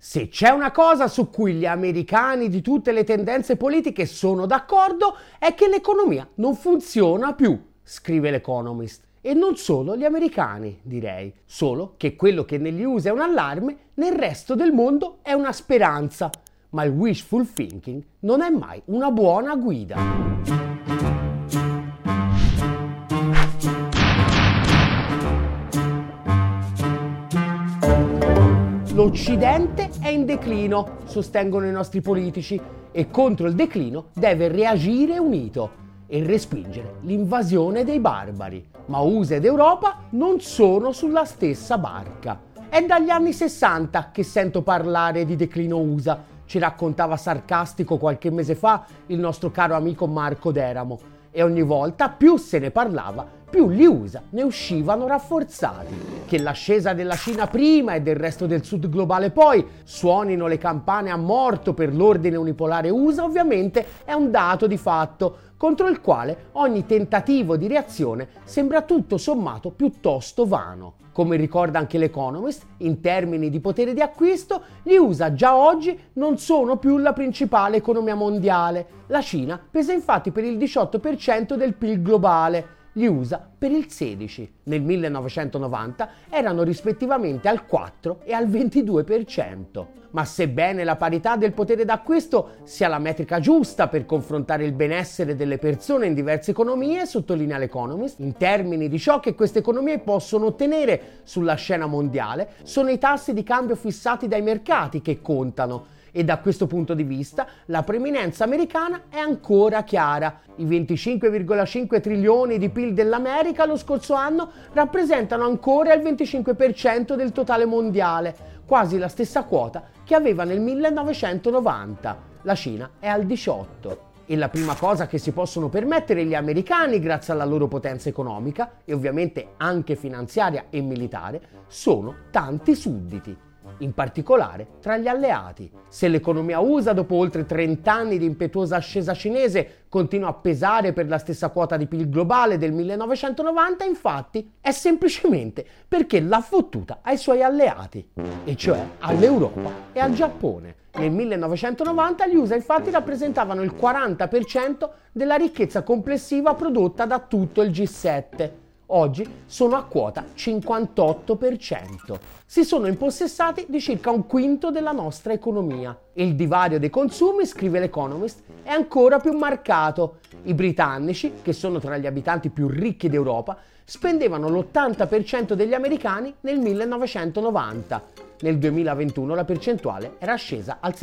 Se c'è una cosa su cui gli americani di tutte le tendenze politiche sono d'accordo è che l'economia non funziona più, scrive l'Economist. E non solo gli americani, direi, solo che quello che negli USA è un allarme, nel resto del mondo è una speranza. Ma il wishful thinking non è mai una buona guida. L'Occidente è in declino, sostengono i nostri politici, e contro il declino deve reagire unito e respingere l'invasione dei barbari. Ma USA ed Europa non sono sulla stessa barca. È dagli anni 60 che sento parlare di declino USA, ci raccontava sarcastico qualche mese fa il nostro caro amico Marco Deramo, e ogni volta più se ne parlava, più gli USA ne uscivano rafforzati. Che l'ascesa della Cina prima e del resto del sud globale poi suonino le campane a morto per l'ordine unipolare USA ovviamente è un dato di fatto, contro il quale ogni tentativo di reazione sembra tutto sommato piuttosto vano. Come ricorda anche l'Economist, in termini di potere di acquisto, gli USA già oggi non sono più la principale economia mondiale. La Cina pesa infatti per il 18% del PIL globale, gli USA per il 16%. Nel 1990 erano rispettivamente al 4% e al 22%. Ma sebbene la parità del potere d'acquisto sia la metrica giusta per confrontare il benessere delle persone in diverse economie, sottolinea l'Economist, in termini di ciò che queste economie possono ottenere sulla scena mondiale, sono i tassi di cambio fissati dai mercati che contano. E da questo punto di vista la preminenza americana è ancora chiara. I 25,5 trilioni di PIL dell'America lo scorso anno rappresentano ancora il 25% del totale mondiale, quasi la stessa quota che aveva nel 1990. La Cina è al 18%. E la prima cosa che si possono permettere gli americani, grazie alla loro potenza economica e ovviamente anche finanziaria e militare, sono tanti sudditi. In particolare tra gli alleati. Se l'economia USA dopo oltre 30 anni di impetuosa ascesa cinese continua a pesare per la stessa quota di PIL globale del 1990, infatti è semplicemente perché l'ha fottuta ai suoi alleati, e cioè all'Europa e al Giappone. Nel 1990 gli USA infatti rappresentavano il 40% della ricchezza complessiva prodotta da tutto il G7. Oggi sono a quota 58%. Si sono impossessati di circa un quinto della nostra economia. Il divario dei consumi, scrive l'Economist, è ancora più marcato. I britannici, che sono tra gli abitanti più ricchi d'Europa, spendevano l'80% degli americani nel 1990. Nel 2021 la percentuale era scesa al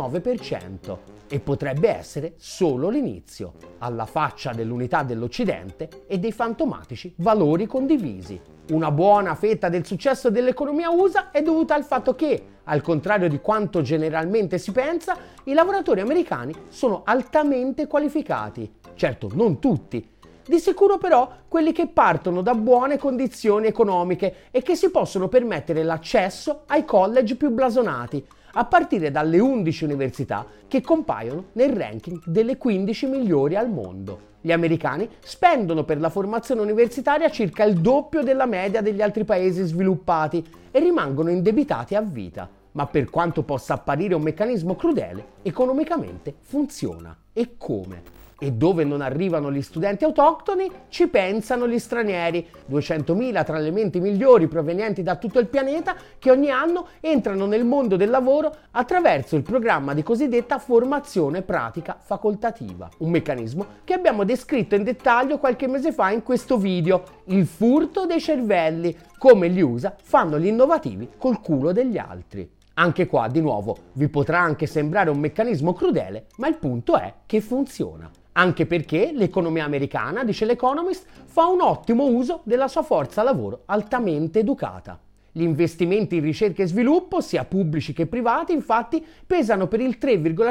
69% e potrebbe essere solo l'inizio, alla faccia dell'unità dell'Occidente e dei fantomatici valori condivisi. Una buona fetta del successo dell'economia USA è dovuta al fatto che, al contrario di quanto generalmente si pensa, i lavoratori americani sono altamente qualificati. Certo, non tutti. Di sicuro però quelli che partono da buone condizioni economiche e che si possono permettere l'accesso ai college più blasonati, a partire dalle 11 università che compaiono nel ranking delle 15 migliori al mondo. Gli americani spendono per la formazione universitaria circa il doppio della media degli altri paesi sviluppati e rimangono indebitati a vita. Ma per quanto possa apparire un meccanismo crudele, economicamente funziona. E come? E dove non arrivano gli studenti autoctoni, ci pensano gli stranieri, 200.000 tra le menti migliori provenienti da tutto il pianeta che ogni anno entrano nel mondo del lavoro attraverso il programma di cosiddetta formazione pratica facoltativa. Un meccanismo che abbiamo descritto in dettaglio qualche mese fa in questo video, il furto dei cervelli, come gli USA fanno gli innovativi col culo degli altri. Anche qua, di nuovo, vi potrà anche sembrare un meccanismo crudele, ma il punto è che funziona. Anche perché l'economia americana, dice l'Economist, fa un ottimo uso della sua forza lavoro altamente educata. Gli investimenti in ricerca e sviluppo, sia pubblici che privati, infatti, pesano per il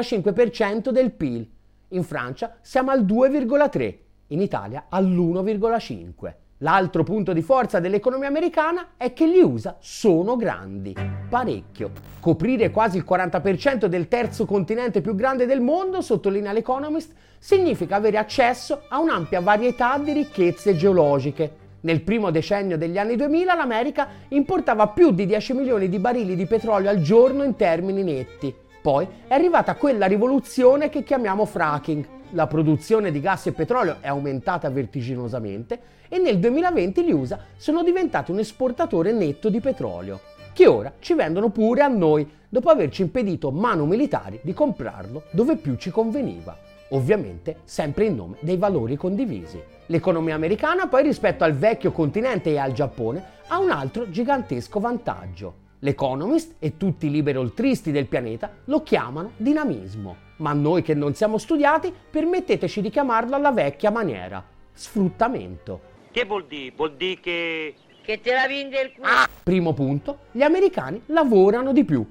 3,5% del PIL. In Francia siamo al 2,3%, in Italia all'1,5%. L'altro punto di forza dell'economia americana è che gli USA sono grandi, parecchio. Coprire quasi il 40% del terzo continente più grande del mondo, sottolinea l'Economist, significa avere accesso a un'ampia varietà di ricchezze geologiche. Nel primo decennio degli anni 2000 l'America importava più di 10 milioni di barili di petrolio al giorno in termini netti. Poi è arrivata quella rivoluzione che chiamiamo fracking. La produzione di gas e petrolio è aumentata vertiginosamente e nel 2020 gli USA sono diventati un esportatore netto di petrolio, che ora ci vendono pure a noi, dopo averci impedito manu militari di comprarlo dove più ci conveniva. Ovviamente sempre in nome dei valori condivisi. L'economia americana poi rispetto al vecchio continente e al Giappone ha un altro gigantesco vantaggio. L'Economist e tutti i liberoltristi del pianeta lo chiamano dinamismo, ma noi che non siamo studiati permetteteci di chiamarlo alla vecchia maniera, sfruttamento. Che vuol dire? Vuol dire che te la vende il culo. Primo punto, gli americani lavorano di più.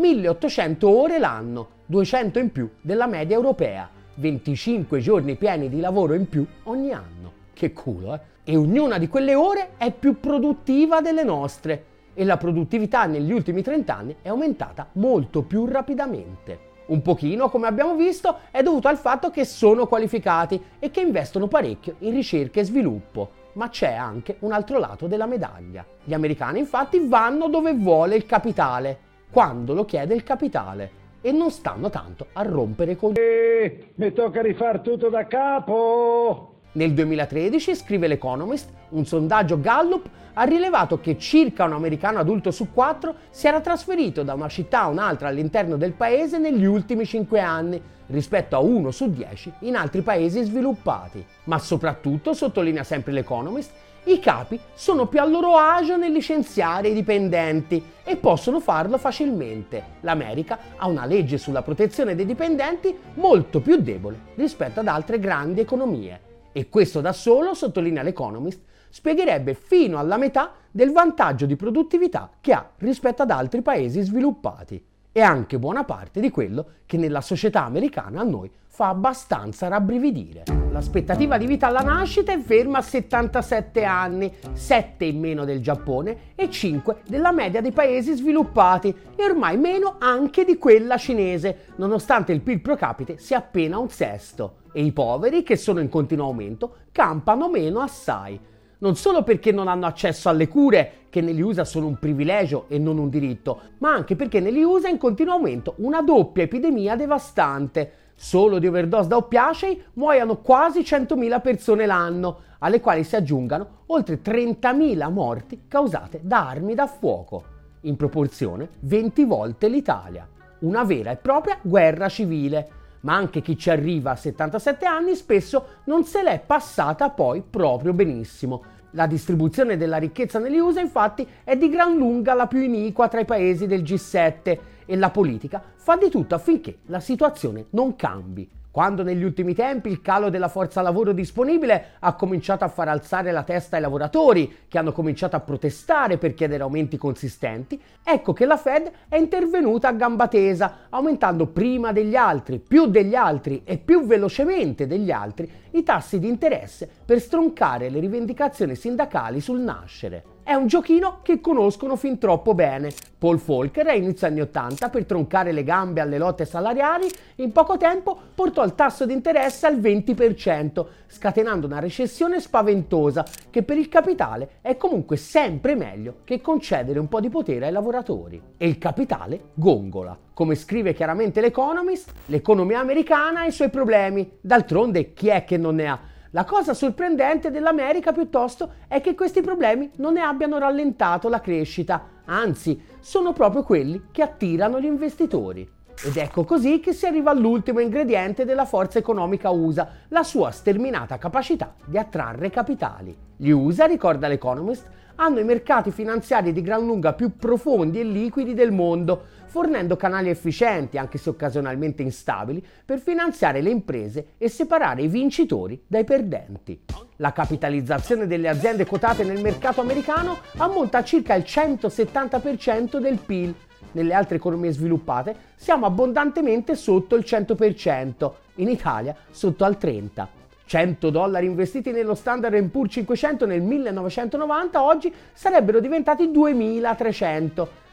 1800 ore l'anno, 200 in più della media europea, 25 giorni pieni di lavoro in più ogni anno. Che culo, eh? E ognuna di quelle ore è più produttiva delle nostre e la produttività negli ultimi 30 anni è aumentata molto più rapidamente. Un pochino, come abbiamo visto, è dovuto al fatto che sono qualificati e che investono parecchio in ricerca e sviluppo. Ma c'è anche un altro lato della medaglia. Gli americani infatti vanno dove vuole il capitale, quando lo chiede il capitale, e non stanno tanto a rompere con... Mi tocca rifar tutto da capo! Nel 2013, scrive l'Economist, un sondaggio Gallup ha rilevato che circa un americano adulto su 4 si era trasferito da una città a un'altra all'interno del paese negli ultimi 5 anni, rispetto a 1 su 10 in altri paesi sviluppati. Ma soprattutto, sottolinea sempre l'Economist, i capi sono più a loro agio nel licenziare i dipendenti e possono farlo facilmente. L'America ha una legge sulla protezione dei dipendenti molto più debole rispetto ad altre grandi economie. E questo da solo, sottolinea l'Economist, spiegherebbe fino alla metà del vantaggio di produttività che ha rispetto ad altri paesi sviluppati. E anche buona parte di quello che nella società americana a noi fa abbastanza rabbrividire. L'aspettativa di vita alla nascita è ferma a 77 anni, 7 in meno del Giappone e 5 della media dei paesi sviluppati e ormai meno anche di quella cinese, nonostante il PIL pro capite sia appena un sesto. E i poveri, che sono in continuo aumento, campano meno assai. Non solo perché non hanno accesso alle cure, che negli USA sono un privilegio e non un diritto, ma anche perché negli USA è in continuo aumento una doppia epidemia devastante. Solo di overdose da oppiacei muoiono quasi 100.000 persone l'anno, alle quali si aggiungano oltre 30.000 morti causate da armi da fuoco. In proporzione 20 volte l'Italia. Una vera e propria guerra civile. Ma anche chi ci arriva a 77 anni spesso non se l'è passata poi proprio benissimo. La distribuzione della ricchezza negli USA infatti è di gran lunga la più iniqua tra i paesi del G7 e la politica fa di tutto affinché la situazione non cambi. Quando negli ultimi tempi il calo della forza lavoro disponibile ha cominciato a far alzare la testa ai lavoratori, che hanno cominciato a protestare per chiedere aumenti consistenti, ecco che la Fed è intervenuta a gamba tesa, aumentando prima degli altri, più degli altri e più velocemente degli altri i tassi di interesse per stroncare le rivendicazioni sindacali sul nascere. È un giochino che conoscono fin troppo bene. Paul Volcker, a inizio anni 80, per troncare le gambe alle lotte salariali, in poco tempo portò il tasso di interesse al 20%, scatenando una recessione spaventosa che per il capitale è comunque sempre meglio che concedere un po' di potere ai lavoratori. E il capitale gongola. Come scrive chiaramente l'Economist, l'economia americana ha i suoi problemi. D'altronde, chi è che non ne ha? La cosa sorprendente dell'America piuttosto è che questi problemi non ne abbiano rallentato la crescita, anzi sono proprio quelli che attirano gli investitori. Ed ecco così che si arriva all'ultimo ingrediente della forza economica USA, la sua sterminata capacità di attrarre capitali. Gli USA, ricorda l'Economist, hanno i mercati finanziari di gran lunga più profondi e liquidi del mondo, fornendo canali efficienti, anche se occasionalmente instabili, per finanziare le imprese e separare i vincitori dai perdenti. La capitalizzazione delle aziende quotate nel mercato americano ammonta a circa il 170% del PIL. Nelle altre economie sviluppate siamo abbondantemente sotto il 100%, in Italia sotto al 30%. $100 investiti nello Standard & Poor's 500 nel 1990 oggi sarebbero diventati 2.300.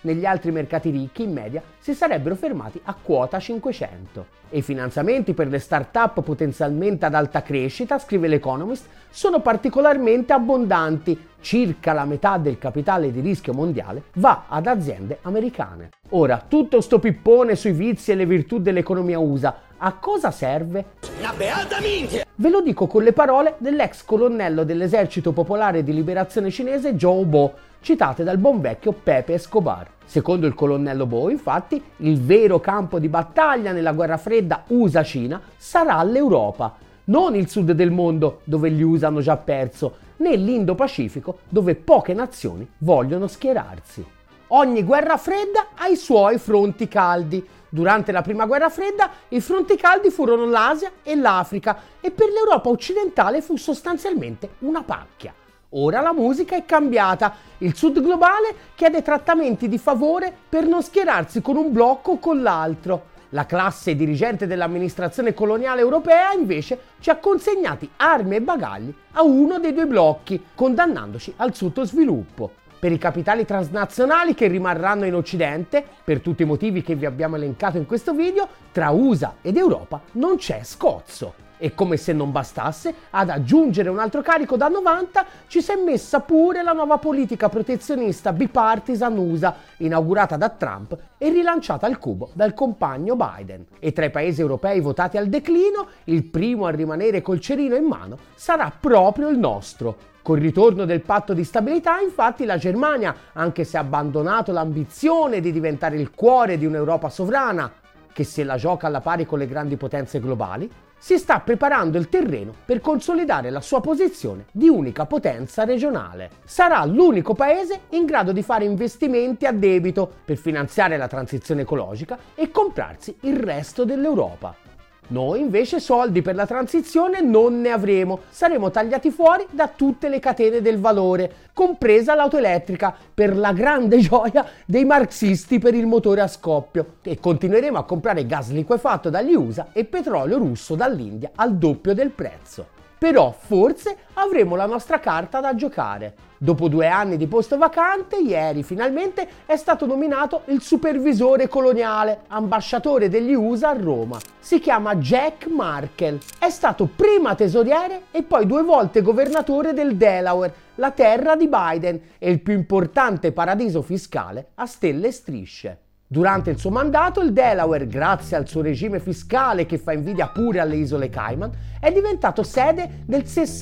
negli altri mercati ricchi in media si sarebbero fermati a quota 500. E i finanziamenti per le start-up potenzialmente ad alta crescita, scrive l'Economist, sono particolarmente abbondanti. Circa la metà del capitale di rischio mondiale va ad aziende americane. Ora, tutto sto pippone sui vizi e le virtù dell'economia USA, a cosa serve? La beata minchia! Ve lo dico con le parole dell'ex colonnello dell'esercito popolare di liberazione cinese Zhou Bo, citate dal buon vecchio Pepe Escobar. Secondo il colonnello Bo, infatti, il vero campo di battaglia nella guerra fredda USA-Cina sarà l'Europa, non il sud del mondo dove gli USA hanno già perso, né l'Indo-Pacifico dove poche nazioni vogliono schierarsi. Ogni guerra fredda ha i suoi fronti caldi. Durante la prima guerra fredda i fronti caldi furono l'Asia e l'Africa e per l'Europa occidentale fu sostanzialmente una pacchia. Ora la musica è cambiata, il sud globale chiede trattamenti di favore per non schierarsi con un blocco o con l'altro. La classe dirigente dell'amministrazione coloniale europea invece ci ha consegnati armi e bagagli a uno dei due blocchi, condannandoci al sottosviluppo. Per i capitali transnazionali che rimarranno in Occidente, per tutti i motivi che vi abbiamo elencato in questo video, tra USA ed Europa non c'è scozzo. E come se non bastasse, ad aggiungere un altro carico da 90 ci si è messa pure la nuova politica protezionista bipartisan USA, inaugurata da Trump e rilanciata al cubo dal compagno Biden. E tra i paesi europei votati al declino, il primo a rimanere col cerino in mano sarà proprio il nostro. Col ritorno del patto di stabilità, infatti, la Germania, anche se ha abbandonato l'ambizione di diventare il cuore di un'Europa sovrana, che se la gioca alla pari con le grandi potenze globali, si sta preparando il terreno per consolidare la sua posizione di unica potenza regionale. Sarà l'unico paese in grado di fare investimenti a debito per finanziare la transizione ecologica e comprarsi il resto dell'Europa. Noi invece soldi per la transizione non ne avremo, saremo tagliati fuori da tutte le catene del valore, compresa l'auto elettrica, per la grande gioia dei marxisti per il motore a scoppio, e continueremo a comprare gas liquefatto dagli USA e petrolio russo dall'India al doppio del prezzo. Però forse avremo la nostra carta da giocare. Dopo 2 anni di posto vacante, ieri finalmente è stato nominato il supervisore coloniale, ambasciatore degli USA a Roma. Si chiama Jack Markell. È stato prima tesoriere e poi 2 volte governatore del Delaware, la terra di Biden e il più importante paradiso fiscale a stelle e strisce. Durante il suo mandato il Delaware, grazie al suo regime fiscale che fa invidia pure alle isole Cayman, è diventato sede del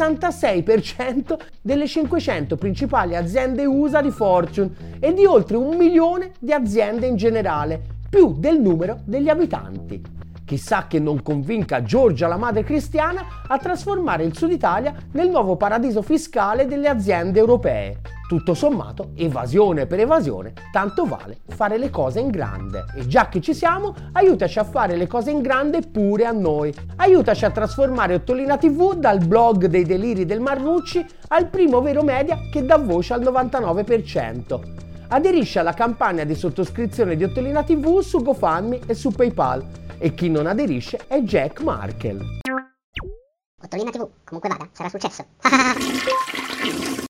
66% delle 500 principali aziende USA di Fortune e di oltre 1 milione di aziende in generale, più del numero degli abitanti. Chissà che non convinca Giorgia la madre cristiana a trasformare il Sud Italia nel nuovo paradiso fiscale delle aziende europee. Tutto sommato, evasione per evasione, tanto vale fare le cose in grande. E già che ci siamo, aiutaci a fare le cose in grande pure a noi. Aiutaci a trasformare Ottolina TV dal blog dei deliri del Marrucci al primo vero media che dà voce al 99%. Aderisci alla campagna di sottoscrizione di Ottolina TV su GoFundMe e su PayPal. E chi non aderisce è Jack Markell. Ottolina TV, comunque vada, sarà successo.